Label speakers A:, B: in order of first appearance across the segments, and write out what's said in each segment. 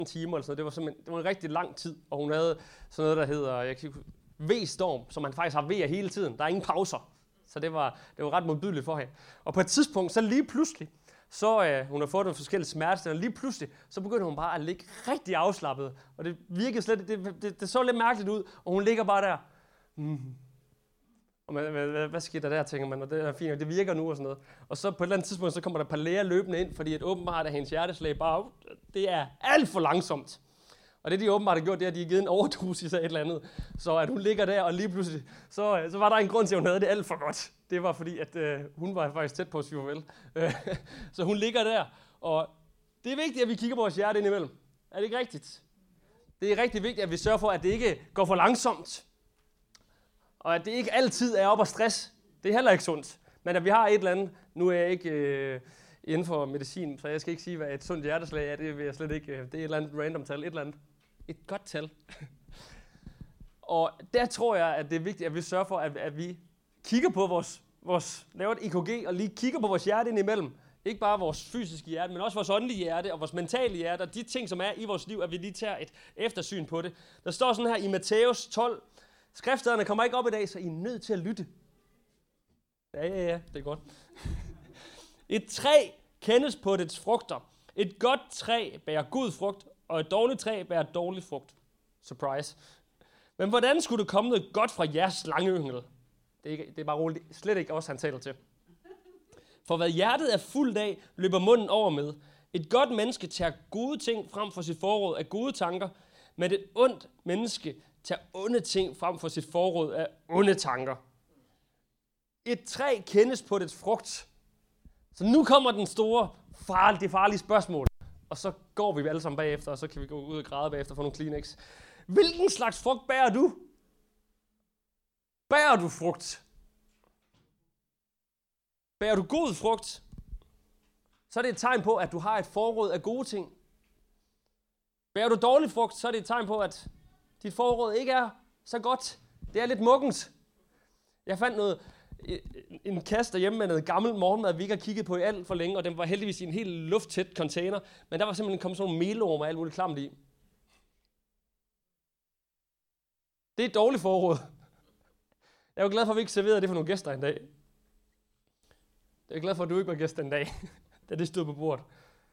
A: timer eller sådan noget. Det var en rigtig lang tid, og hun havde sådan noget, der hedder V-storm, som man faktisk har V'er hele tiden. Der er ingen pauser, så det var ret modbydeligt for hende. Og på et tidspunkt, så lige pludselig, hun har fået nogle forskellige smerter, og lige pludselig, så begyndte hun bare at ligge rigtig afslappet, og det virkede slet, det så lidt mærkeligt ud, og hun ligger bare der. Og hvad sker der, tænker man, og det er fint, og det virker nu og sådan noget. Og så på et eller andet tidspunkt, så kommer der et par læger løbende ind, fordi at åbenbart er hendes hjerteslag bare, det er alt for langsomt. Og det de åbenbart har gjort, det er, at de har givet en overdosis af et eller andet. Så at hun ligger der, og lige pludselig, så var der en grund til, at hun havde det alt for godt. Det var fordi, at hun var faktisk tæt på at sige farvel. Så hun ligger der, og det er vigtigt, at vi kigger på vores hjerte indimellem. Er det ikke rigtigt? Det er rigtig vigtigt, at vi sørger for, at det ikke går for langsomt. Og at det ikke altid er op og stress. Det er heller ikke sundt. Men at vi har et eller andet, nu er jeg ikke inden for medicin, så jeg skal ikke sige, hvad et sundt hjerteslag er. Det vil jeg slet ikke. Det er et eller andet random tal. Et eller andet. Et godt tal. Og der tror jeg, at det er vigtigt, at vi sørger for, at vi kigger på laver et EKG, og lige kigger på vores hjerte indimellem. Ikke bare vores fysiske hjerte, men også vores åndelige hjerte og vores mentale hjerte, og de ting, som er i vores liv, at vi lige tager et eftersyn på det. Der står sådan her i Matthæus 12, skriftstederne kommer ikke op i dag, så I er nødt til at lytte. Ja, det er godt. Et træ kendes på dets frugter. Et godt træ bærer god frugt, og et dårligt træ bærer dårlig frugt. Surprise. Men hvordan skulle det komme noget godt fra jeres slangeyngel? Det er bare roligt. Slet ikke os, han taler til. For hvad hjertet er fuldt af, løber munden over med. Et godt menneske tager gode ting frem for sit forråd af gode tanker, men et ondt menneske tager onde ting frem for sit forråd af onde tanker. Et træ kendes på dets frugt. Så nu kommer den store, farlige spørgsmål. Og så går vi alle sammen bagefter, og så kan vi gå ud og græde bagefter for nogle Kleenex. Hvilken slags frugt bærer du? Bærer du frugt? Bærer du god frugt? Så er det et tegn på, at du har et forråd af gode ting. Bærer du dårlig frugt, så er det et tegn på, at dit forråd ikke er så godt. Det er lidt muggent. Jeg fandt en kasse derhjemme med noget gammel morgenmad, vi ikke har kigget på i alt for længe, og den var heldigvis i en helt lufttæt container, men der var simpelthen kommet sådan nogle melorm og alt muligt klamt i. Det er et dårligt forråd. Jeg er jo glad for, at vi ikke serverede det for nogle gæster en dag. Jeg er glad for, at du ikke var gæst den dag, da det stod på bordet.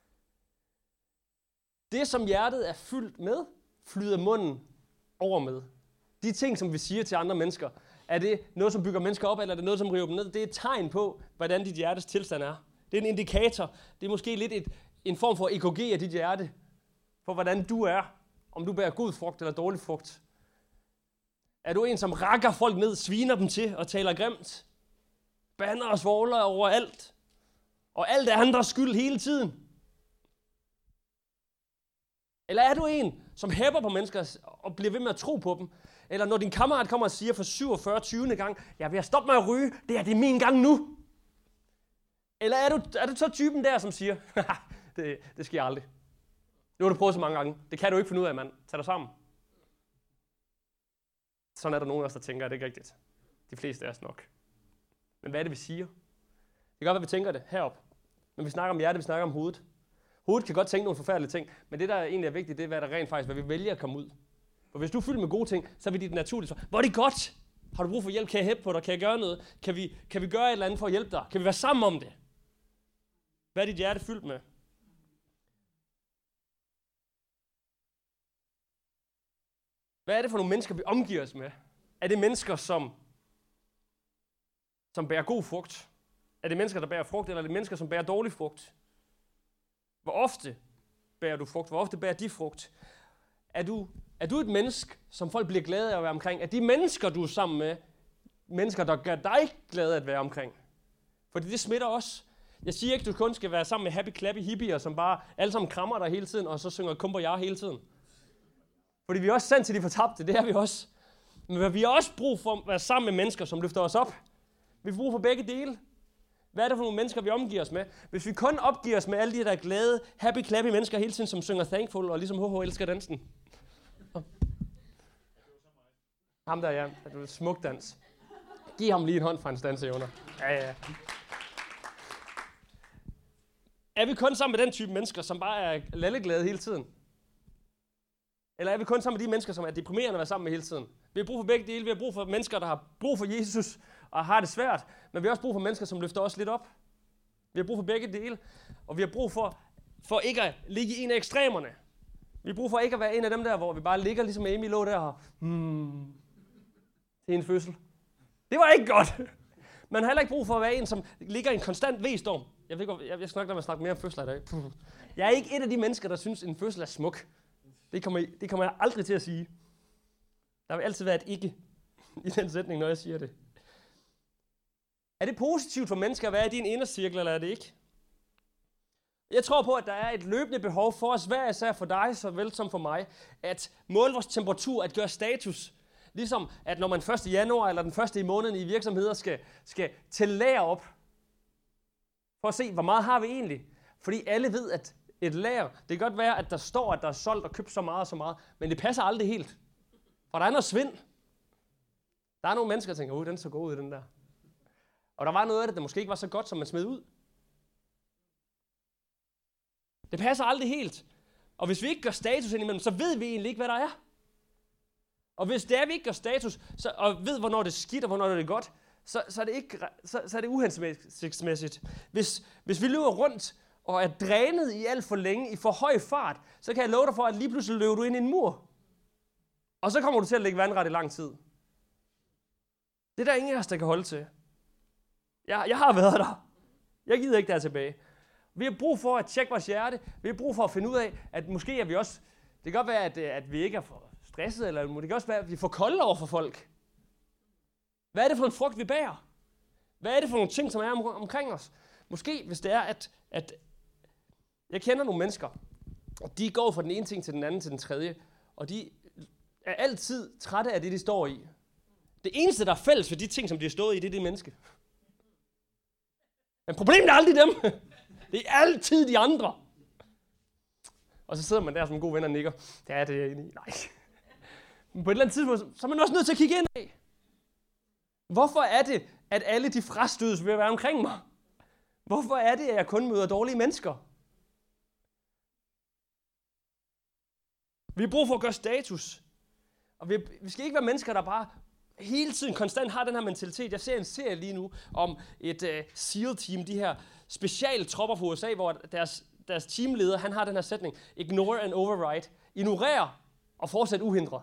A: Det, som hjertet er fyldt med, flyder munden over med. De ting, som vi siger til andre mennesker, er det noget, som bygger mennesker op, eller er det noget, som river dem ned? Det er et tegn på, hvordan dit hjertes tilstand er. Det er en indikator. Det er måske lidt en form for EKG af dit hjerte, for hvordan du er. Om du bærer god frugt eller dårlig frugt. Er du en, som rakker folk ned, sviner dem til og taler grimt? Bander og svogler over alt? Og alt er andres skyld hele tiden? Eller er du en, som hæpper på mennesker og bliver ved med at tro på dem? Eller når din kammerat kommer og siger for 47. 20. gang, jeg vil stoppe med at ryge, det er min gang nu. Eller er du så typen der, som siger, det sker aldrig. Nu har du prøvet så mange gange. Det kan du ikke finde ud af, mand. Tag dig sammen. Sådan er der nogen af os, der tænker, at det ikke er rigtigt. De fleste af os nok. Men hvad er det, vi siger? Det kan godt være, vi tænker det herop. Men vi snakker om hjertet, vi snakker om hovedet. Hovedet kan godt tænke nogle forfærdelige ting, men det, der egentlig er vigtigt, det er, hvad der rent faktisk, hvad vi vælger at komme ud. For hvis du er fyldt med gode ting, så vil dit naturligt svar, hvor er det godt? Har du brug for hjælp? Kan jeg hæppe på dig? Kan jeg gøre noget? Kan vi gøre et eller andet for at hjælpe dig? Kan vi være sammen om det? Hvad er dit hjerte fyldt med? Hvad er det for nogle mennesker, vi omgiver os med? Er det mennesker, som bærer god frugt? Er det mennesker, der bærer frugt, eller er det mennesker, som bærer dårlig frugt? Hvor ofte bærer du frugt? Hvor ofte bærer de frugt? Er du et menneske, som folk bliver glade af at være omkring? Er de mennesker, du er sammen med, mennesker, der gør dig glad at være omkring? Fordi det smitter også. Jeg siger ikke, du kun skal være sammen med happy clappy hippier, som bare alle sammen krammer dig hele tiden, og så synger kumper jeg hele tiden. Fordi vi er også sendt til de fortabte, det er vi også. Men vi har også brug for at være sammen med mennesker, som løfter os op. Vi får brug for begge dele. Hvad er det for nogle mennesker, vi omgiver os med? Hvis vi kun opgiver os med alle de der glade, happy clappy mennesker hele tiden, som synger thankful, og ligesom HH elsker dansen. Ham der, ja. Det er en smuk dans. Giv ham lige en hånd fra hans danseevner. Ja. Er vi kun sammen med den type mennesker, som bare er lalleglade hele tiden? Eller er vi kun sammen med de mennesker, som er deprimerende at være sammen med hele tiden? Vi har brug for begge dele. Vi har brug for mennesker, der har brug for Jesus og har det svært. Men vi har også brug for mennesker, som løfter os lidt op. Vi har brug for begge dele. Og vi har brug for ikke at ligge i en af ekstremerne. Vi har brug for ikke at være en af dem der, hvor vi bare ligger ligesom Amy lå der og til en fødsel. Det var ikke godt. Man har heller ikke brug for at være en, som ligger i en konstant V-storm. Jeg skal nok snakke mere om fødsler i dag. Jeg er ikke et af de mennesker, der synes, en fødsel er smuk. Det kommer jeg aldrig til at sige. Der vil altid være et ikke i den sætning, når jeg siger det. Er det positivt for mennesker at være i din indercirkel, eller er det ikke? Jeg tror på, at der er et løbende behov for os hver især, for dig såvel som for mig, at måle vores temperatur, at gøre status. Ligesom at når man 1. januar eller den første i måneden i virksomheder skal tælle lager op, for at se, hvor meget har vi egentlig. Fordi alle ved, at et lager, det kan godt være, at der står, at der er solgt og købt så meget og så meget, men det passer aldrig helt. For der er noget svind. Der er nogle mennesker, der tænker, den så god ud, den der. Og der var noget af det, der måske ikke var så godt, som man smed ud. Det passer aldrig helt. Og hvis vi ikke gør status indimellem, så ved vi egentlig ikke, hvad der er. Og hvis det er, vi ikke gør status, og ved, hvornår det er skidt og hvornår det er godt, så er det uhensigtsmæssigt. Hvis vi løber rundt og er drænet i alt for længe, i for høj fart, så kan jeg love dig for, at lige pludselig løber du ind i en mur. Og så kommer du til at lægge vandret i lang tid. Det er der ingen af os, der kan holde til. Jeg har været der. Jeg gider ikke der tilbage. Vi har brug for at tjekke vores hjerte. Vi har brug for at finde ud af, at måske er vi også... Det kan godt være, at vi ikke er for stresset, eller det kan også være, at vi er for kolde over for folk. Hvad er det for en frugt, vi bærer? Hvad er det for nogle ting, som er omkring os? Måske, hvis det er, at jeg kender nogle mennesker, og de går fra den ene ting til den anden til den tredje, og de er altid trætte af det, de står i. Det eneste, der er fælles for de ting, som de har stået i, det er det menneske. Men problemet er aldrig dem. Det er altid de andre. Og så sidder man der som en god ven og nikker. Ja, det er jeg enig i. Nej. Men på et eller andet tidspunkt, så er man også nødt til at kigge ind af. Hvorfor er det, at alle de frastødes ved at være omkring mig? Hvorfor er det, at jeg kun møder dårlige mennesker? Vi har brug for at gøre status. Og vi skal ikke være mennesker, der bare hele tiden konstant har den her mentalitet. Jeg ser en serie lige nu om et SEAL-team, de her specialtropper fra USA, hvor deres teamleder, han har den her sætning: ignore and override. Ignorer og fortsæt uhindret.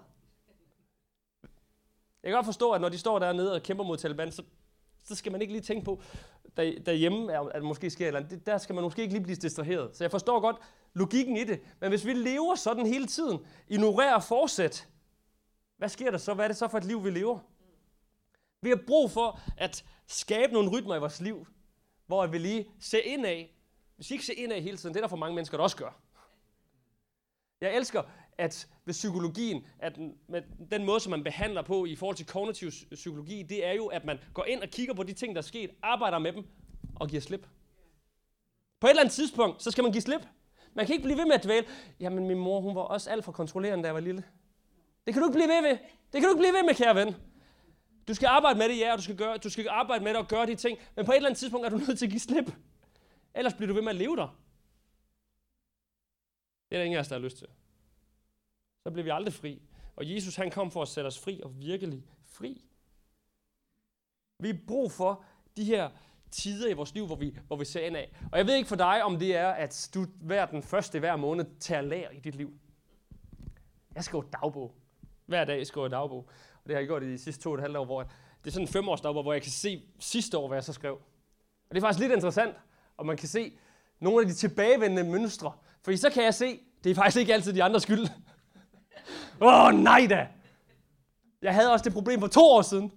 A: Jeg kan godt forstå, at når de står dernede og kæmper mod Taliban, så skal man ikke lige tænke på derhjemme, at det måske sker eller andet. Der skal man måske ikke lige blive distraheret. Så jeg forstår godt logikken i det. Men hvis vi lever sådan hele tiden, ignorerer og fortsæt, hvad sker der så? Hvad er det så for et liv, vi lever? Vi har brug for at skabe nogle rytmer i vores liv, hvor vi lige ser indad. Hvis vi ikke ser indad hele tiden, det er der for mange mennesker, der også gør. Jeg elsker, at ved psykologien, at med den måde, som man behandler på i forhold til kognitiv psykologi, det er jo, at man går ind og kigger på de ting, der er sket, arbejder med dem og giver slip. På et eller andet tidspunkt, så skal man give slip. Man kan ikke blive ved med at dvæle. Jamen, min mor, hun var også alt for kontrollerende, da jeg var lille. Det kan du ikke blive ved med. Det kan du ikke blive ved med, kære ven. Du skal arbejde med det, ja, og du skal arbejde med det og gøre de ting, men på et eller andet tidspunkt er du nødt til at give slip. Ellers bliver du ved med at leve der. Det er der ingen af os, der har lyst til. Så bliver vi aldrig fri. Og Jesus, han kom for at sætte os fri, og virkelig fri. Vi har brug for de her tider i vores liv, hvor vi ser ind af. Og jeg ved ikke for dig, om det er, at du hver den første hver måned tager lager i dit liv. Jeg skriver dagbog. Hver dag skriver jeg dagbog. Og det har jeg gjort i de sidste 2,5 år, hvor det er sådan en 5-års dagbog, hvor jeg kan se sidste år, hvad jeg så skrev. Og det er faktisk lidt interessant, og man kan se nogle af de tilbagevendende mønstre. Fordi så kan jeg se, det er faktisk ikke altid de andres skyld. Nej da! Jeg havde også det problem for 2 år siden.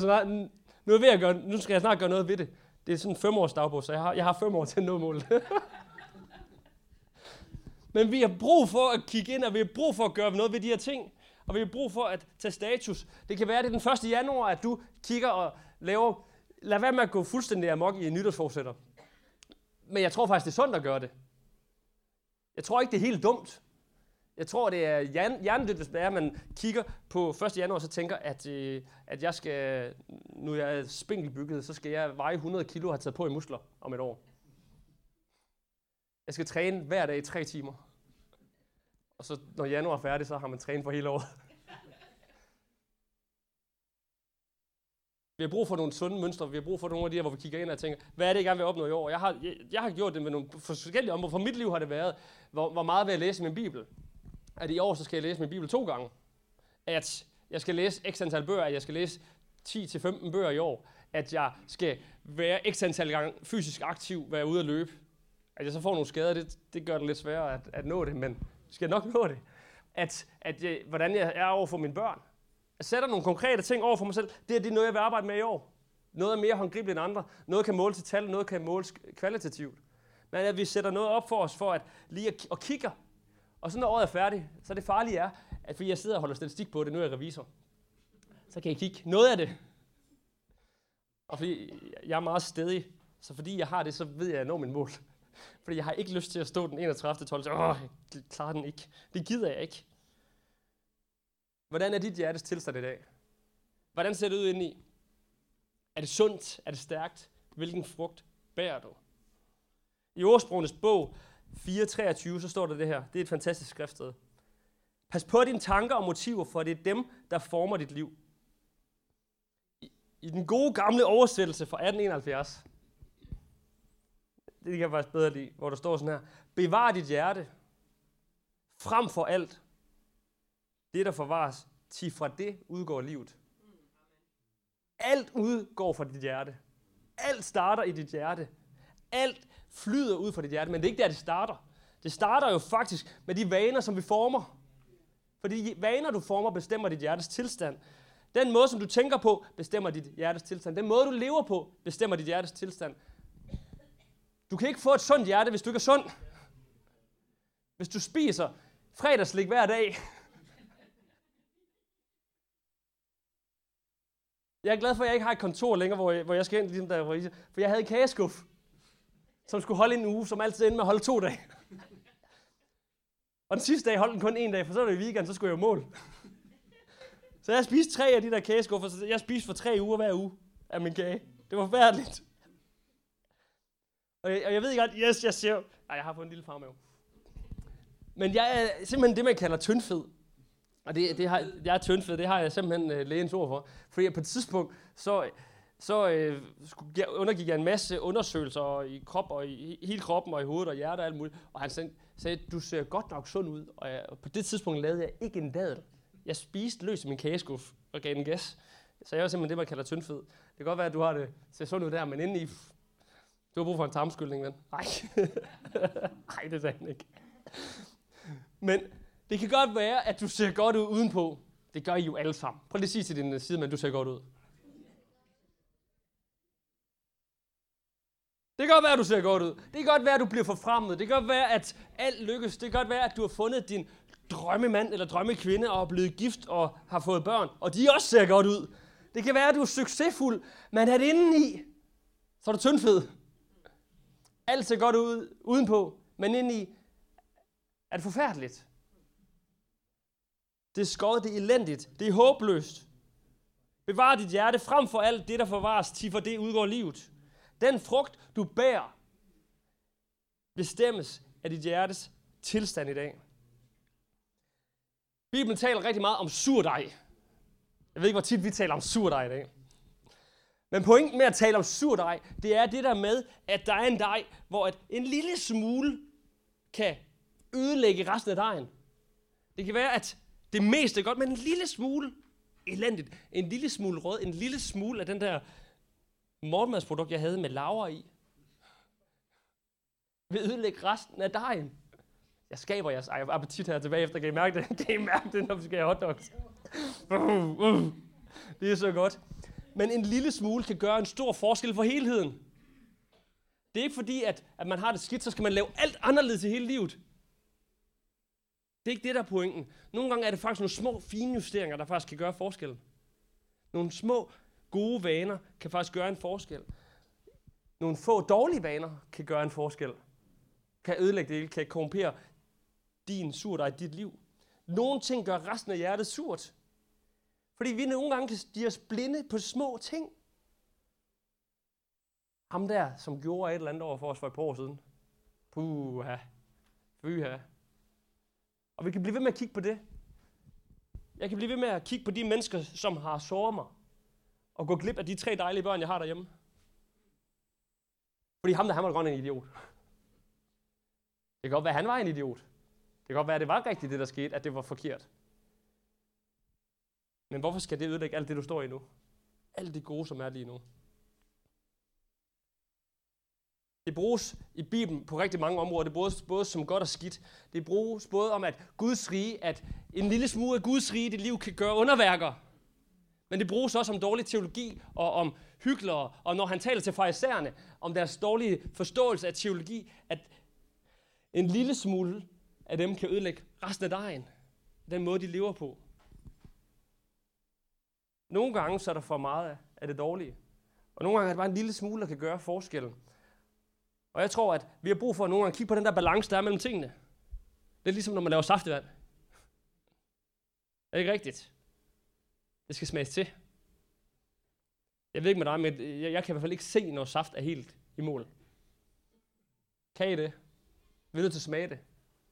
A: Nu skal jeg snart gøre noget ved det. Det er sådan en 5-års dagbog, så jeg har 5 år til at nå målet. Men vi har brug for at kigge ind, og vi har brug for at gøre noget ved de her ting. Og vi har brug for at tage status. Det kan være, det er den 1. januar, at du kigger og laver... Lad være med at gå fuldstændig amok i en nytårsforsætter. Men jeg tror faktisk, det er sundt at gøre det. Jeg tror ikke, det er helt dumt. Jeg tror, det er hjernedødt, hvis det er, at man kigger på 1. januar, og så tænker, at jeg skal, nu jeg er spinkelbygget, så skal jeg veje 100 kilo og have taget på i muskler om et år. Jeg skal træne hver dag i 3 timer. Og så når januar er færdig, så har man trænet for hele året. Vi har brug for nogle sunde mønstre. Vi har brug for nogle af de her, hvor vi kigger ind og tænker, hvad er det, jeg gerne vil opnå i år? Jeg har gjort det med nogle forskellige områder. For mit liv har det været, hvor meget vil jeg læse min bibel? At i år, så skal jeg læse min bibel 2 gange. At jeg skal læse x antal bøger, at jeg skal læse 10-15 bøger i år. At jeg skal være x antal gange fysisk aktiv, være ude at løbe. At jeg så får nogle skader, det gør det lidt sværere at nå det, men skal jeg nok nå det. Hvordan jeg er over for mine børn. Jeg sætter nogle konkrete ting over for mig selv. Det er noget, jeg vil arbejde med i år. Noget er mere håndgribeligt end andre. Noget kan måles til tal, noget kan måles kvalitativt. Men at vi sætter noget op for os, for at lige at kigge. Og så når året er færdigt, så det farlige er, at fordi jeg sidder og holder statistik på det, nu er jeg revisor, så kan jeg kigge noget af det. Og fordi jeg er meget stædig, så fordi jeg har det, så ved jeg, at jeg når min mål. Fordi jeg har ikke lyst til at stå den 31. 12. Jeg klarer den ikke. Det gider jeg ikke. Hvordan er dit hjertes tilstand i dag? Hvordan ser det ud indeni? Er det sundt? Er det stærkt? Hvilken frugt bærer du? I Ordsprogenes bog 4:23, så står der det her. Det er et fantastisk skriftsted. Pas på dine tanker og motiver, for det er dem, der former dit liv. I den gode gamle oversættelse fra 1871, det kan jeg faktisk bedre lide, hvor der står sådan her. Bevar dit hjerte frem for alt. Det, der forvares, til fra det udgår livet. Alt udgår fra dit hjerte. Alt starter i dit hjerte. Alt flyder ud fra dit hjerte, men det er ikke der, det starter. Det starter jo faktisk med de vaner, som vi former. For de vaner, du former, bestemmer dit hjertes tilstand. Den måde, som du tænker på, bestemmer dit hjertes tilstand. Den måde, du lever på, bestemmer dit hjertes tilstand. Du kan ikke få et sundt hjerte, hvis du ikke er sund. Hvis du spiser fredagslik hver dag. Jeg er glad for, at jeg ikke har et kontor længere, hvor jeg skal ind, ligesom der, for jeg havde en kageskuf, som skulle holde en uge, som altid endte med at holde 2 dage. Og den sidste dag holdt den kun 1 dag, for så var det i weekend, så skulle jeg jo mål. Så jeg spiste 3 af de der kageskuffer, så jeg spiste for 3 uger hver uge af min kage. Det var forfærdeligt. Og jeg ved godt, jeg ser... Ej, jeg har fået en lille farmave. Men jeg er simpelthen det, man kalder tyndfed. Og jeg er tyndfed, det har jeg simpelthen lægens ord for. Fordi på et tidspunkt, så undergik jeg en masse undersøgelser i krop og i hele kroppen og i hovedet og hjertet og alt muligt. Og han sagde, du ser godt nok sund ud. Og på det tidspunkt lavede jeg ikke en dadel. Jeg spiste løs i min kageskuf og gav den gas. Så jeg var simpelthen det, man kalder tyndfed. Det kan godt være, at du har det ser sund ud der, men indeni... Du har brug for en tarmskyldning, ven. Nej. Nej, det sagde han ikke. Men det kan godt være, at du ser godt ud udenpå. Det gør I jo alle sammen. Prøv lige at sige til din sidemand, du ser godt ud. Det kan godt være, at du ser godt ud. Det kan godt være, at du bliver forfremmet. Det kan godt være, at alt lykkes. Det kan godt være, at du har fundet din drømmemand eller drømmekvinde og er blevet gift og har fået børn, og de også ser godt ud. Det kan være, at du er succesfuld, men er det indeni, så er du tyndfed. Alt ser godt ud udenpå, men indeni er det forfærdeligt. Det er skåret, det er elendigt, det er håbløst. Bevar dit hjerte frem for alt det, der forvares, til for det udgår livet. Den frugt, du bærer, bestemmes af dit hjertes tilstand i dag. Bibelen taler rigtig meget om surdej. Jeg ved ikke, hvor tit vi taler om surdej i dag. Men pointen med at tale om surdej, det er det der med, at der er en dej, hvor en lille smule kan ødelægge resten af dejen. Det kan være, at det meste er godt, men en lille smule elendigt. En lille smule rød, en lille smule af den der morgenmadsprodukt, jeg havde med laver i, vil ødelægge resten af dejen. Jeg skaber jeres appetit her tilbage efter. Kan I mærke det? Kan I mærke det, når vi skal have hotdogs? Det er så godt. Men en lille smule kan gøre en stor forskel for helheden. Det er ikke fordi, at man har det skidt, så skal man lave alt anderledes i hele livet. Det er ikke det, der er pointen. Nogle gange er det faktisk nogle små, fine justeringer, der faktisk kan gøre forskellen. Nogle små, gode vaner kan faktisk gøre en forskel. Nogle få dårlige vaner kan gøre en forskel. Kan ødelægge det, kan korrumpere din surdej, dit liv. Nogle ting gør resten af hjertet surt. Fordi vi nogle gange kan stirre os blinde på små ting. Ham der, som gjorde et eller andet over for os for et par år siden. Puha. Fyha. Og vi kan blive ved med at kigge på det. Jeg kan blive ved med at kigge på de mennesker, som har såret mig, og gå glip af de 3 dejlige børn, jeg har derhjemme. Fordi han var godt en idiot. Det kan godt være, at han var en idiot. Det kan godt være, at det var rigtigt, det der skete, at det var forkert. Men hvorfor skal det ødelægge alt det, du står i nu? Alt det gode, som er lige nu. Det bruges i Bibelen på rigtig mange områder. Det bruges både som godt og skidt. Det bruges både om, at Guds rige, at en lille smule af Guds rige i dit liv kan gøre underværker. Men det bruges også om dårlig teologi og om hyklere. Og når han taler til farisæerne om deres dårlige forståelse af teologi, at en lille smule af dem kan ødelægge resten af dagen. Den måde, de lever på. Nogle gange så er der for meget af det dårlige. Og nogle gange er det bare en lille smule, der kan gøre forskellen. Og jeg tror, at vi har brug for at nogle gange kigge på den der balance, der er mellem tingene. Det er ligesom, når man laver saftevand. Er det ikke rigtigt? Det skal smages til. Jeg ved ikke med dig, men jeg kan i hvert fald ikke se, når saft er helt i mål. Kan I det? Vi er nødt til at smage det.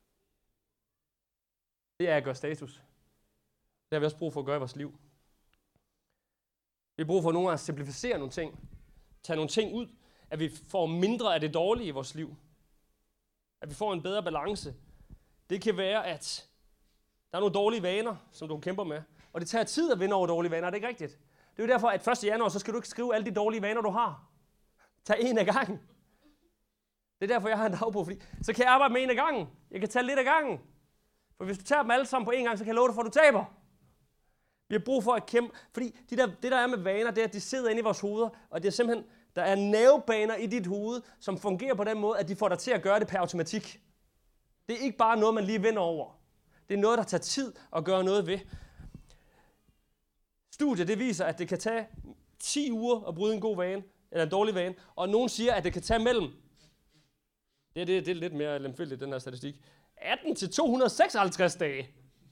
A: Det er at gøre status. Det har vi også brug for at gøre i vores liv. Vi har brug for nogle gange at simplificere nogle ting. Tage nogle ting ud. At vi får mindre af det dårlige i vores liv. At vi får en bedre balance. Det kan være, at der er nogle dårlige vaner, som du kæmper med. Og det tager tid at vinde over dårlige vaner, er det ikke rigtigt? Det er jo derfor, at 1. januar, så skal du ikke skrive alle de dårlige vaner, du har. Tag en af gangen. Det er derfor, jeg har en dagbog, fordi så kan jeg arbejde med en af gangen. Jeg kan tage lidt af gangen. For hvis du tager dem alle sammen på en gang, så kan jeg love dig for, at du taber. Vi har brug for at kæmpe, fordi det der er med vaner, det er, at de sidder inde i vores hoveder, og det er simpelthen, der er nervebaner i dit hoved, som fungerer på den måde, at de får dig til at gøre det per automatik. Det er ikke bare noget, man lige vinder over. Det er noget, der tager tid at gøre noget ved. Studiet, det viser, at det kan tage 10 uger at bryde en god vane, eller en dårlig vane, og nogen siger, at det kan tage mellem, det er lidt mere lemfældigt, den her statistik, 18 til 256 dage.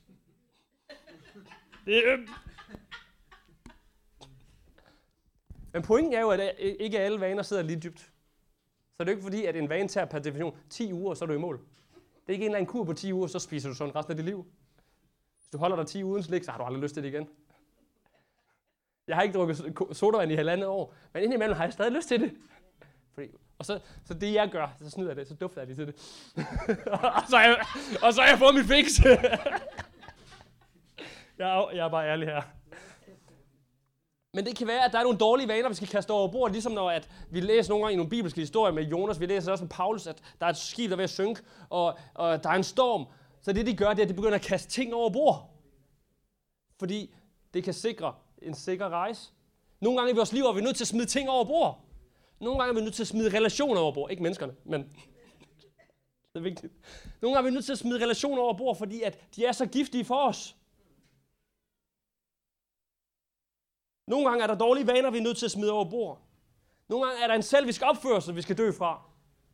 A: Men pointen er jo, at ikke alle vaner sidder lige dybt. Så det er jo ikke fordi, at en vane tager per definition 10 uger, så er du i mål. Det er ikke en eller anden kur på 10 uger, så spiser du sådan resten af dit liv. Hvis du holder dig 10 uden slik, så har du aldrig lyst til det igen. Jeg har ikke drukket sodavand i 1,5 år, men indimellem har jeg stadig lyst til det. Og så det jeg gør, så snyder jeg det, så dufter jeg lige til det. og så har jeg fået mit fix. Jeg er bare ærlig her. Men det kan være, at der er nogle dårlige vaner, vi skal kaste over bord, ligesom når at vi læser nogle gange i nogle bibelske historier med Jonas, vi læser også med Paulus, at der er et skib, der er ved at synke, og der er en storm. Så det de gør, det er, at de begynder at kaste ting over bord. Fordi det kan sikre en sikker rejse. Nogle gange i vores liv er vi nødt til at smide ting over bord. Nogle gange er vi nødt til at smide relationer over bord. Ikke menneskerne, men det er vigtigt. Nogle gange er vi nødt til at smide relationer over bord, fordi at de er så giftige for os. Nogle gange er der dårlige vaner, vi er nødt til at smide over bord. Nogle gange er der en selvisk opførsel, vi skal dø fra.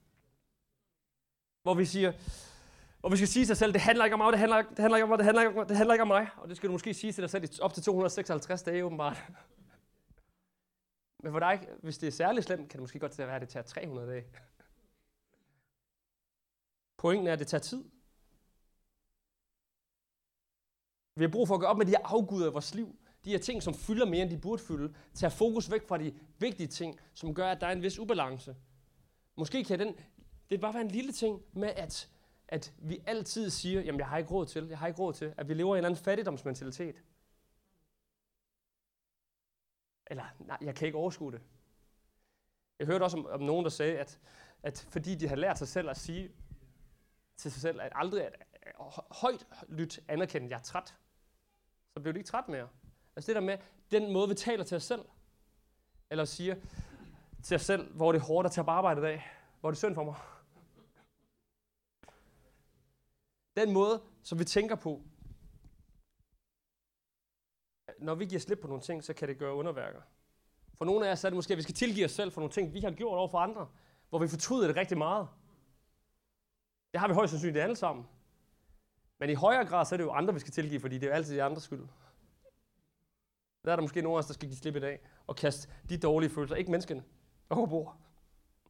A: Hvor vi skal sige til os selv, det handler ikke om mig, det handler ikke om mig. Og det skal du måske sige til dig selv i op til 256 dage åbenbart. Men for dig, hvis det er særligt slemt, kan det måske godt være, at det tager 300 dage. Pointen er, at det tager tid. Vi har brug for at gå op med de her afguder i vores liv. De her ting, som fylder mere, end de burde fylde. Tage fokus væk fra de vigtige ting, som gør, at der er en vis ubalance. Måske kan det bare være en lille ting med, at vi altid siger, jamen jeg har ikke råd til. At vi lever i en eller anden fattigdomsmentalitet. Eller, nej, jeg kan ikke overskue det. Jeg hørte også om nogen, der sagde, at fordi de har lært sig selv at sige til sig selv, at aldrig højt lyt anerkende, at jeg er træt, så bliver de ikke træt mere. Altså det der med, den måde vi taler til os selv, eller siger til os selv, hvor det er hårdt at tage på arbejde i dag, hvor det er synd for mig. Den måde, som vi tænker på, når vi giver slip på nogle ting, så kan det gøre underværker. For nogle af os er det måske, at vi skal tilgive os selv for nogle ting, vi har gjort over for andre, hvor vi fortryder det rigtig meget. Det har vi højst sandsynligt alle sammen. Men i højere grad, så er det jo andre, vi skal tilgive, fordi det er jo altid de andres skyld. Der er der måske nogen af os, der skal give slip i dag, og kaste de dårlige følelser, ikke menneskene, over bord.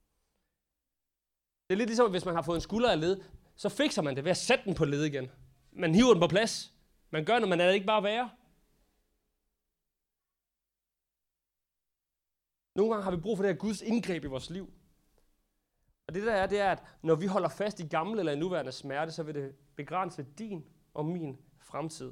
A: Det er lidt ligesom, hvis man har fået en skulder af led, så fikser man det ved at sætte den på led igen. man hiver den på plads. Man gør noget, man er ikke bare være. Nogle gange har vi brug for det her Guds indgreb i vores liv. Og det er, at når vi holder fast i gamle eller i nuværende smerte, så vil det begrænse din og min fremtid.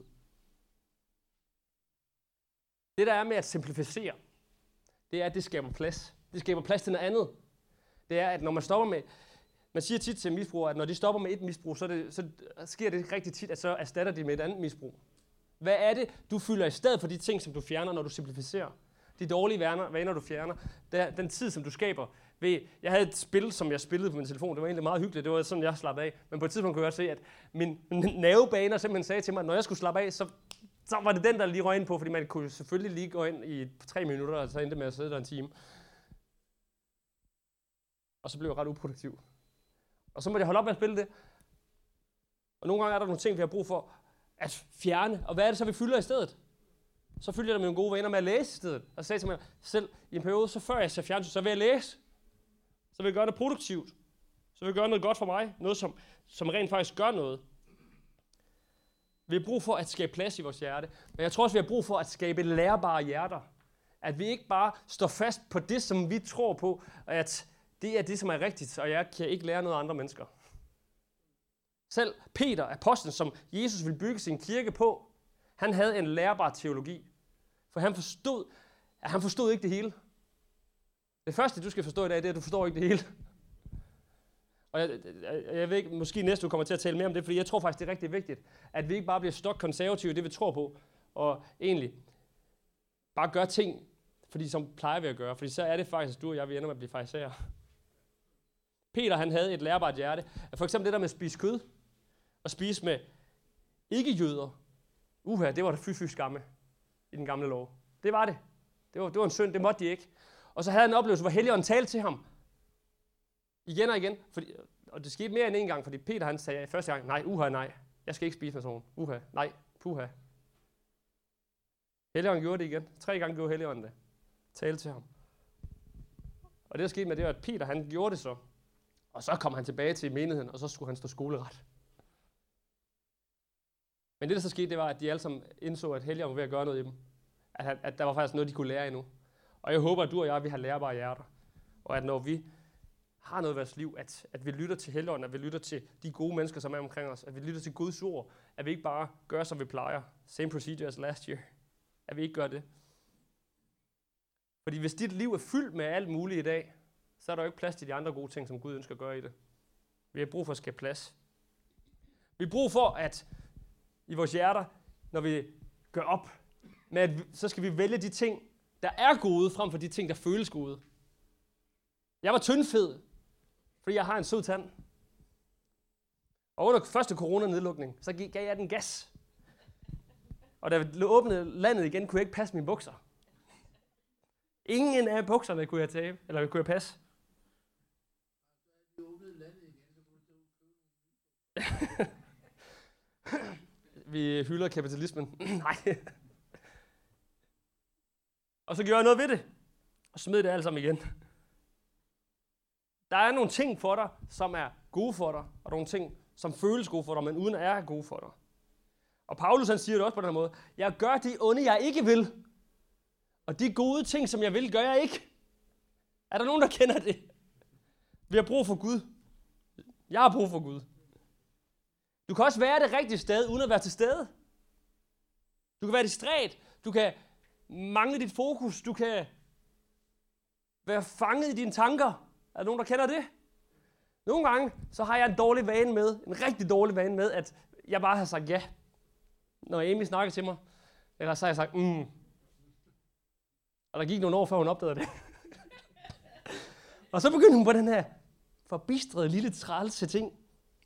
A: Det der er med at simplificere, det er, at det skaber plads. Det skaber plads til noget andet. Det er, at når man stopper med, man siger tit til misbrugere, at når de stopper med et misbrug, så sker det rigtig tit, at så erstatter de med et andet misbrug. Hvad er det, du fylder i stedet for de ting, som du fjerner, når du simplificerer? De dårlige vaner, du fjerner. Den tid, som du skaber. Jeg havde et spil, som jeg spillede på min telefon. Det var egentlig meget hyggeligt. Det var sådan, jeg slappede af. Men på et tidspunkt kunne jeg også se, at min nervebaner simpelthen sagde til mig, at når jeg skulle slappe af, så var det den, der lige røg ind på. Fordi man kunne selvfølgelig lige gå ind i 3 minutter, og så endte med at sidde der en time. Og så blev jeg ret uproduktiv. Og så måtte jeg holde op med at spille det. Og nogle gange er der nogle ting, vi har brug for at fjerne. Og hvad er det så, vi fylder i stedet? Så fylder jeg med nogle gode vaner med at læse i stedet. Og så sagde jeg til mig selv, i en periode, så før jeg ser fjernsyn, så vil jeg læse. Så vil jeg gøre noget produktivt. Så vil jeg gøre noget godt for mig. Noget, som rent faktisk gør noget. Vi har brug for at skabe plads i vores hjerte. Men jeg tror også, vi har brug for at skabe lærbare hjerter. At vi ikke bare står fast på det, som vi tror på, og at det er det, som er rigtigt, og jeg kan ikke lære noget af andre mennesker. Selv Peter, apostlen, som Jesus ville bygge sin kirke på, han havde en lærbar teologi. For han forstod ikke det hele. Det første, du skal forstå i dag, det er, at du forstår ikke det hele. Og jeg ved ikke, måske næste uge kommer til at tale mere om det, fordi jeg tror faktisk, det er rigtig vigtigt, at vi ikke bare bliver stokkonservative i det, vi tror på, og egentlig bare gør ting, fordi som plejer vi at gøre, fordi så er det faktisk, at du og jeg vil ende med at blive farisæere. Peter, han havde et lærbart hjerte. For eksempel det der med at spise kød, og spise med ikke-jøder. Det var der fy skamme i den gamle lov. Det var det. Det var en synd, det måtte de ikke. Og så havde han en oplevelse, hvor Helligånden talte til ham. Igen og igen. Og det skete mere end en gang, fordi Peter han sagde første gang, nej, jeg skal ikke spise med sådan. Nej, puha. Helligånden gjorde det igen. 3 gange gjorde Helligånden det. Talte til ham. Og det der skete med det var, at Peter han gjorde det så. Og så kom han tilbage til menigheden, og så skulle han stå skoleret. Men det der så skete, det var, at de alle sammen indså, at Helligånden var ved at gøre noget i dem. At der var faktisk noget, de kunne lære endnu. Og jeg håber, at du og jeg, vi har lærbare hjerter. Og at når vi har noget i vores liv, at vi lytter til Helligånden, at vi lytter til de gode mennesker, som er omkring os, at vi lytter til Guds ord, at vi ikke bare gør, som vi plejer. Same procedure as last year. At vi ikke gør det. Fordi hvis dit liv er fyldt med alt muligt i dag, så er der jo ikke plads til de andre gode ting, som Gud ønsker at gøre i det. Vi har brug for at skabe plads. Vi har brug for, at i vores hjerter, når vi gør op med, at så skal vi vælge de ting, der er gode, frem for de ting, der føles gode. Jeg var tyndfed, fordi jeg har en sød tand. Og under første coronanedlukning, så gav jeg den gas. Og da vi åbnede landet igen, kunne jeg ikke passe mine bukser. Ingen af bukserne kunne jeg tabe, eller kunne jeg passe. Vi hylder kapitalismen. Nej. Og så gjorde jeg noget ved det. Og smed det alt sammen igen. Der er nogle ting for dig, som er gode for dig. Og nogle ting, som føles gode for dig, men uden at er gode for dig. Og Paulus han siger det også på den her måde. Jeg gør de onde, jeg ikke vil. Og de gode ting, som jeg vil, gør jeg ikke. Er der nogen, der kender det? Vi har brug for Gud. Jeg har brug for Gud. Du kan også være det rigtige sted, uden at være til stede. Du kan være distræt. Du kan mangle dit fokus. Du kan være fanget i dine tanker. Er der nogen, der kender det? Nogle gange, så har jeg en rigtig dårlig vane med, at jeg bare har sagt ja. Når Amy snakker til mig, eller så har jeg sagt, Og der gik nogle år, før hun opdagede det. Og så begyndte hun på den her forbistrede lille trælse ting.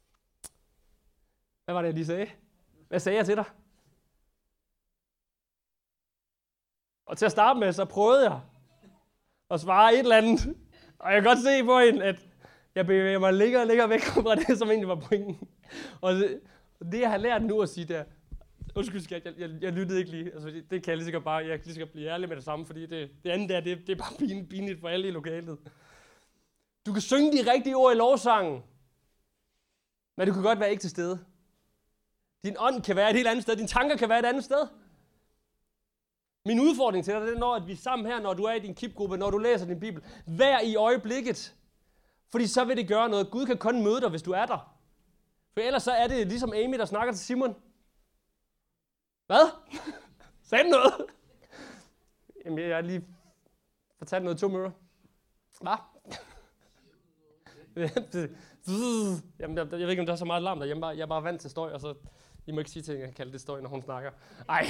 A: Hvad var det, jeg lige sagde? Hvad sagde jeg til dig? Og til at starte med, så prøvede jeg at svare et eller andet. Og jeg kan godt se på hende, at jeg bevæger mig længere og længere væk fra det, som egentlig var pointen. Og det jeg har lært nu at sige, der, undskyld skat, jeg lyttede ikke lige. Altså, det kan jeg lige sikkert bare, jeg kan lige sikkert blive ærlig med det samme, fordi det andet der, det er bare pinligt for alle i lokalet. Du kan synge de rigtige ord i lovsangen, men du kan godt være ikke til stede. Din ånd kan være et helt andet sted. Dine tanker kan være et andet sted. Min udfordring til dig, det er, når vi er sammen her, når du er i din kipgruppe, når du læser din bibel. Vær i øjeblikket. Fordi så vil det gøre noget. Gud kan kun møde dig, hvis du er der. For ellers så er det ligesom Amy, der snakker til Simon. Hvad? Sagde du noget? Jamen, jeg har lige fortalt noget i 2 minutter. Hvad? Jamen, jeg ved ikke, om der er så meget larm derhjemme. Jeg er bare vant til støj, og så... I må ikke sige til, at jeg kan kalde det støj, når hun snakker. Ej.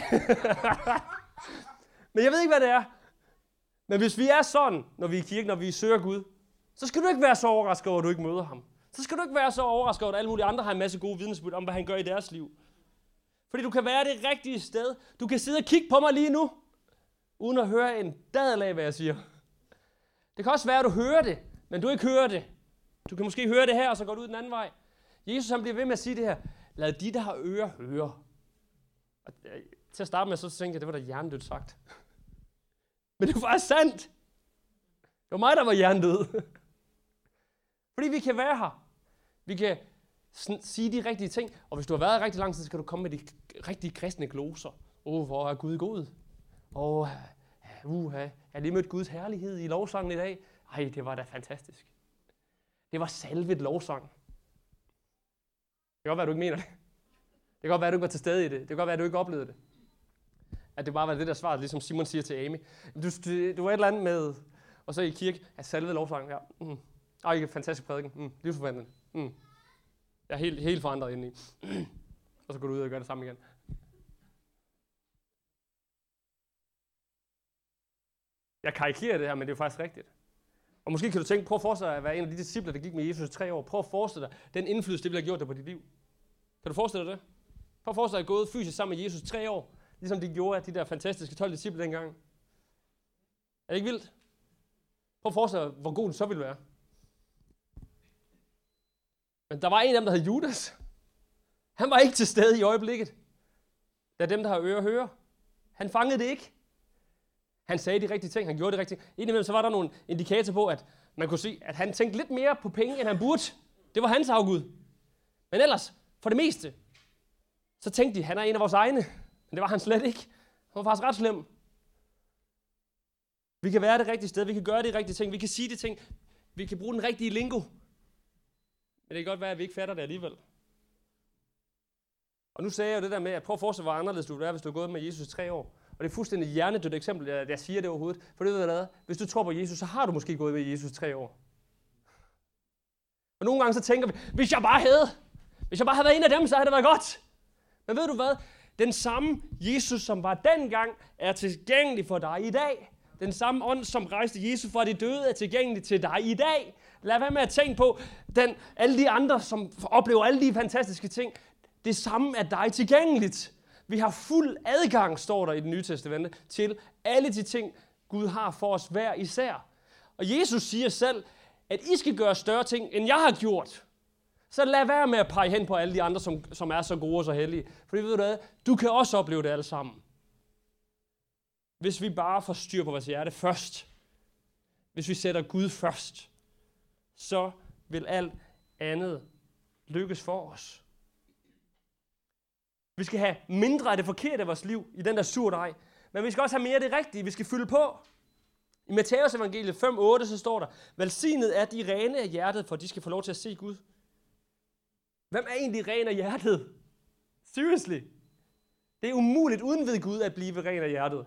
A: Men jeg ved ikke, hvad det er. Men hvis vi er sådan, når vi er i kirken, når vi søger Gud, så skal du ikke være så overrasket over, at du ikke møder ham. Så skal du ikke være så overrasket over, at alle mulige andre har en masse gode vidnesbyrd om, hvad han gør i deres liv. Fordi du kan være det rigtige sted. Du kan sidde og kigge på mig lige nu, uden at høre en dadel af, hvad jeg siger. Det kan også være, at du hører det, men du ikke hører det. Du kan måske høre det her, og så går du ud den anden vej. Jesus han bliver ved med at sige det her. Lad de, der har ører, høre. Og til at starte med, så tænkte jeg, det var da hjernedødt sagt. Men det var faktisk sandt. Det var mig, der var hjernedød. Fordi vi kan være her. Vi kan sige de rigtige ting. Og hvis du har været rigtig lang tid, så skal du komme med de rigtige kristne gloser. Hvor er Gud god? Jeg har lige mødt Guds herlighed i lovsangen i dag. Ej, det var da fantastisk. Det var salvet lovsang. Det kan godt være, at du ikke mener det. Det kan godt være, at du ikke var til stede i det. Det kan godt være, at du ikke oplevede det. At det bare var det der svar, ligesom Simon siger til Amy. Du var et eller andet med, og så i kirke, at salvet lovsang, ja. Ej, fantastisk prædiken. Livsforvandlende. Jeg er helt forandret indeni. Og så går du ud og gør det samme igen. Jeg karikerer det her, men det er faktisk rigtigt. Og måske kan du tænke, prøv at forestille dig at være en af de discipler, der gik med Jesus i 3 år. Prøv at forestille dig den indflydelse, det ville have gjort dig på dit liv. Kan du forestille dig det? Prøv at forestille dig at gået fysisk sammen med Jesus i 3 år, ligesom de gjorde af de der fantastiske 12 disciple dengang. Er det ikke vildt? Prøv at forestille dig, hvor god den så ville være. Men der var en af dem, der hed Judas. Han var ikke til stede i øjeblikket. Der er dem, der har ører, hører. Han fangede det ikke. Han sagde de rigtige ting, han gjorde de rigtige ting. Indimellem så var der nogle indikatorer på, at man kunne se, at han tænkte lidt mere på penge, end han burde. Det var hans afgud. Men ellers, for det meste, så tænkte de, at han er en af vores egne. Men det var han slet ikke. Han var faktisk ret slem. Vi kan være det rigtige sted, vi kan gøre de rigtige ting, vi kan sige de ting, vi kan bruge den rigtige lingo. Men det kan godt være, at vi ikke fatter det alligevel. Og nu sagde jeg jo det der med, at prøv at forestille, hvor anderledes du vil være, hvis du har gået med Jesus i 3 år. Og det er fuldstændig hjernedødt eksempel, jeg siger det overhovedet. For det ved jeg, hvis du tror på Jesus, så har du måske gået med Jesus i 3 år. Og nogle gange så tænker vi, hvis jeg bare havde været en af dem, så havde det været godt. Men ved du hvad? Den samme Jesus, som var dengang, er tilgængelig for dig i dag. Den samme ånd, som rejste Jesus fra de døde, er tilgængelig til dig i dag. Lad være med at tænke på, alle de andre, som oplever alle de fantastiske ting. Det samme er dig tilgængeligt. Vi har fuld adgang, står der i det nye testamente, til alle de ting, Gud har for os hver især. Og Jesus siger selv, at I skal gøre større ting, end jeg har gjort. Så lad være med at pege hen på alle de andre, som er så gode og så heldige. Fordi ved du hvad, du kan også opleve det alle sammen. Hvis vi bare får styr på vores hjerte først. Hvis vi sætter Gud først. Så vil alt andet lykkes for os. Vi skal have mindre af det forkerte af vores liv i den der surdej. Men vi skal også have mere af det rigtige. Vi skal fylde på. I Matthæus evangeliet 5:8 så står der, velsignet er de rene af hjertet, for de skal få lov til at se Gud. Hvem er egentlig ren af hjertet? Seriously. Det er umuligt uden ved Gud at blive ren af hjertet.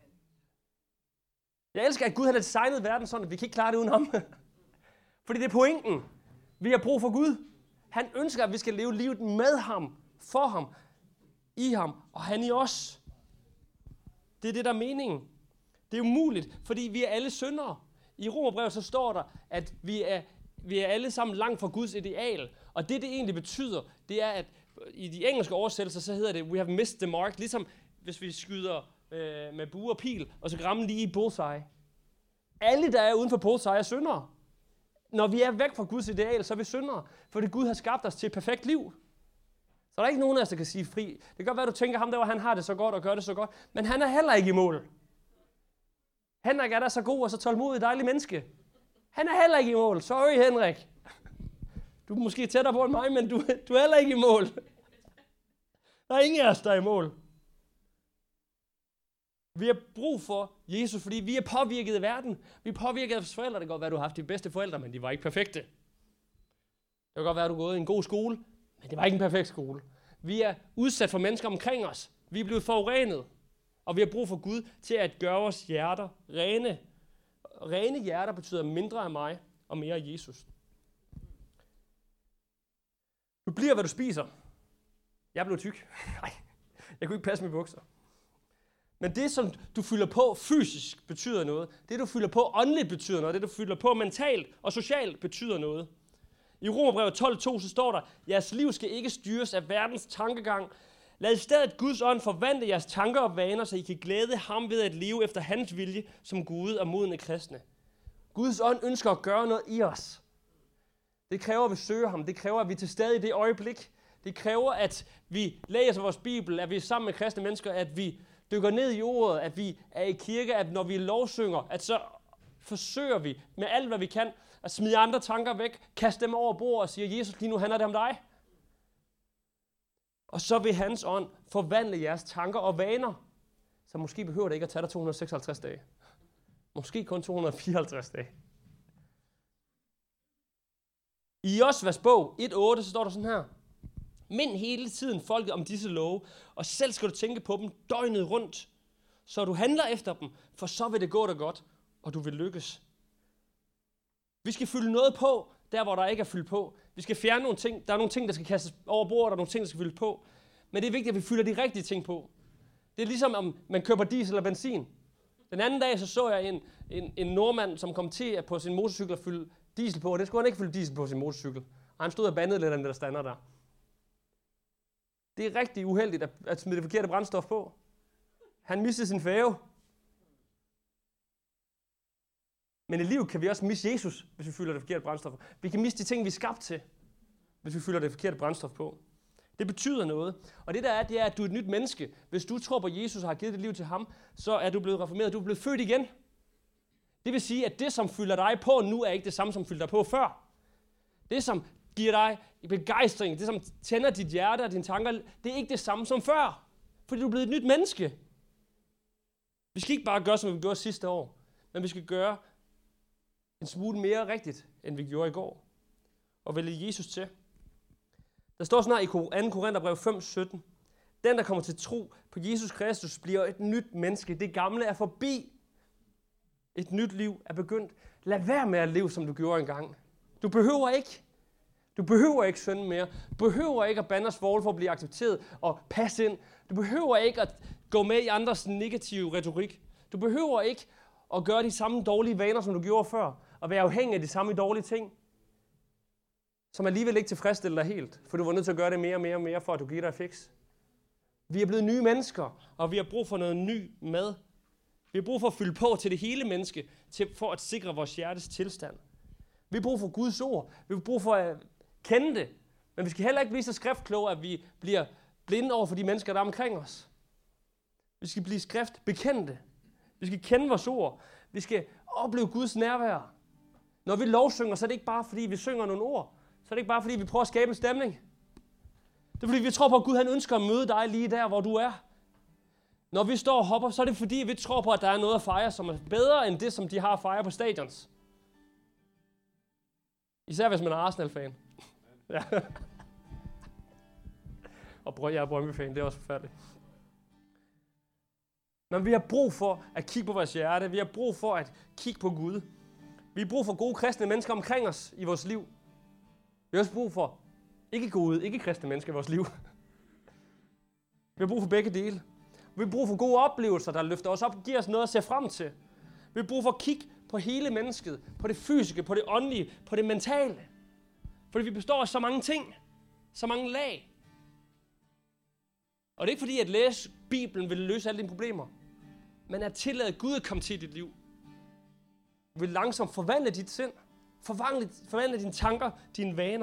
A: Jeg elsker, at Gud har designet verden sådan, at vi kan ikke klare det uden ham. Fordi det er pointen. Vi har brug for Gud. Han ønsker, at vi skal leve livet med ham, for ham, i ham, og han i os. Det er det, der er meningen. Det er umuligt, fordi vi er alle syndere. I Romerbrevet så står der, at vi er alle sammen langt fra Guds ideal. Og det egentlig betyder, det er, at i de engelske oversættelser, så hedder det, we have missed the mark. Ligesom hvis vi skyder med bue og pil, og så rammer lige i bullseye. Alle, der er uden for bullseye, er syndere. Når vi er væk fra Guds ideal, så er vi syndere. Fordi Gud har skabt os til et perfekt liv. Så der er ikke nogen af os, der kan sige fri. Det kan godt være, at du tænker, ham der, han har det så godt og gør det så godt. Men han er heller ikke i mål. Henrik er da så god og så tålmodig dejlig menneske. Han er heller ikke i mål. Sorry, Henrik. Du er måske tættere på end mig, men du er heller ikke i mål. Der er ingen af os, der er i mål. Vi har brug for Jesus, fordi vi er påvirket af verden. Vi er påvirket af vores forældre. Det kan godt være, at du har haft de bedste forældre, men de var ikke perfekte. Det kan godt være, at du har gået i en god skole, men det var ikke en perfekt skole. Vi er udsat for mennesker omkring os. Vi er blevet forurenet. Og vi har brug for Gud til at gøre vores hjerter rene. Rene hjerter betyder mindre af mig og mere af Jesus. Du bliver, hvad du spiser. Jeg blev tyk. Nej, jeg kunne ikke passe mine bukser. Men det, som du fylder på fysisk, betyder noget. Det, du fylder på åndeligt, betyder noget. Det, du fylder på mentalt og socialt, betyder noget. I Romerbrevet 12:2 så står der, jeres liv skal ikke styres af verdens tankegang. Lad i stedet Guds ånd forvandle jeres tanker og vaner, så I kan glæde ham ved at leve efter hans vilje som Gud og modne kristne. Guds ånd ønsker at gøre noget i os. Det kræver, at vi søger ham. Det kræver, at vi er til stede i det øjeblik. Det kræver, at vi læser vores Bibel, at vi er sammen med kristne mennesker, at vi dykker ned i ordet, at vi er i kirke, at når vi lovsynger, at så forsøger vi med alt, hvad vi kan, at smide andre tanker væk, kaste dem over bord og sige, Jesus, lige nu handler det om dig. Og så vil hans ånd forvandle jeres tanker og vaner. Så måske behøver det ikke at tage dig 256 dage. Måske kun 254 dage. I Josvas bog 1:8, så står der sådan her. Mind hele tiden folket om disse love, og selv skal du tænke på dem døgnet rundt, så du handler efter dem, for så vil det gå dig godt, og du vil lykkes. Vi skal fylde noget på, der hvor der ikke er fyldt på. Vi skal fjerne nogle ting. Der er nogle ting, der skal kastes over bordet, og der er nogle ting, der skal fyldes på. Men det er vigtigt, at vi fylder de rigtige ting på. Det er ligesom, om man køber diesel eller benzin. Den anden dag så jeg en nordmand, som kom til på sin motorcykel at fylde diesel på, og det skulle han ikke fylde diesel på sin motorcykel. Og han stod og bandede lidt af den der stander der. Det er rigtig uheldigt at smide det forkerte brændstof på. Han mistede sin færge. Men i livet kan vi også miste Jesus, hvis vi fylder det forkerte brændstof på. Vi kan miste de ting, vi er skabt til, hvis vi fylder det forkerte brændstof på. Det betyder noget. Og det der er, det er, at du er et nyt menneske. Hvis du tror på Jesus og har givet dit liv til ham, så er du blevet reformeret. Du er blevet født igen. Det vil sige, at det, som fylder dig på nu, er ikke det samme, som fyldte dig på før. Det, som giver dig begejstring, det, som tænder dit hjerte og dine tanker, det er ikke det samme som før. Fordi du er blevet et nyt menneske. Vi skal ikke bare gøre, som vi gjorde sidste år, men vi skal gøre en smule mere rigtigt, end vi gjorde i går. Og vælge Jesus til. Der står snart i 2. Korintherbrev 5:17. Den, der kommer til tro på Jesus Kristus, bliver et nyt menneske. Det gamle er forbi. Et nyt liv er begyndt. Lad være med at leve, som du gjorde engang. Du behøver ikke synde mere. Du behøver ikke at bande os for at blive accepteret og passe ind. Du behøver ikke at gå med i andres negative retorik. Du behøver ikke at gøre de samme dårlige vaner, som du gjorde før. Og være afhængig af de samme dårlige ting, som alligevel ikke tilfredsstiller dig helt. For du var nødt til at gøre det mere og mere og mere, for at du giver dig et fix. Vi er blevet nye mennesker, og vi har brug for noget ny mad. Vi har brug for at fylde på til det hele menneske, for at sikre vores hjertes tilstand. Vi har brug for Guds ord. Vi har brug for at kende det. Men vi skal heller ikke blive så skriftkloge, at vi bliver blinde over for de mennesker, der er omkring os. Vi skal blive skriftbekendte. Vi skal kende vores ord. Vi skal opleve Guds nærvær. Når vi lovsynger, så er det ikke bare, fordi vi synger nogle ord. Så er det ikke bare, fordi vi prøver at skabe en stemning. Det er, fordi vi tror på, at Gud han ønsker at møde dig lige der, hvor du er. Når vi står og hopper, så er det fordi, vi tror på, at der er noget at fejre, som er bedre end det, som de har at fejre på stadions. Især hvis man er Arsenal-fan. Ja. Og jeg er Brøndby-fan, det er også forfærdeligt. Men vi har brug for at kigge på vores hjerte. Vi har brug for at kigge på Gud. Vi har brug for gode kristne mennesker omkring os i vores liv. Vi har også brug for ikke kristne mennesker i vores liv. Vi har brug for begge dele. Vi har brug for gode oplevelser, der løfter os op og giver os noget at se frem til. Vi har brug for at kigge på hele mennesket, på det fysiske, på det åndelige, på det mentale. Fordi vi består af så mange ting, så mange lag. Og det er ikke fordi, at læse Bibelen vil løse alle dine problemer, men at tillade Gud at komme til dit liv, vil langsomt forvandle dit sind, forvandle dine tanker, dine vaner.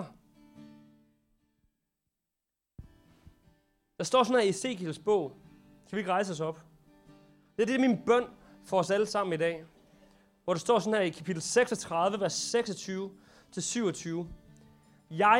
A: Der står sådan her i Ezekiels bog. Kan vi ikke rejse os op? Det er min bøn for os alle sammen i dag. Hvor der står sådan her i kapitel 36, vers 26-27. Jeg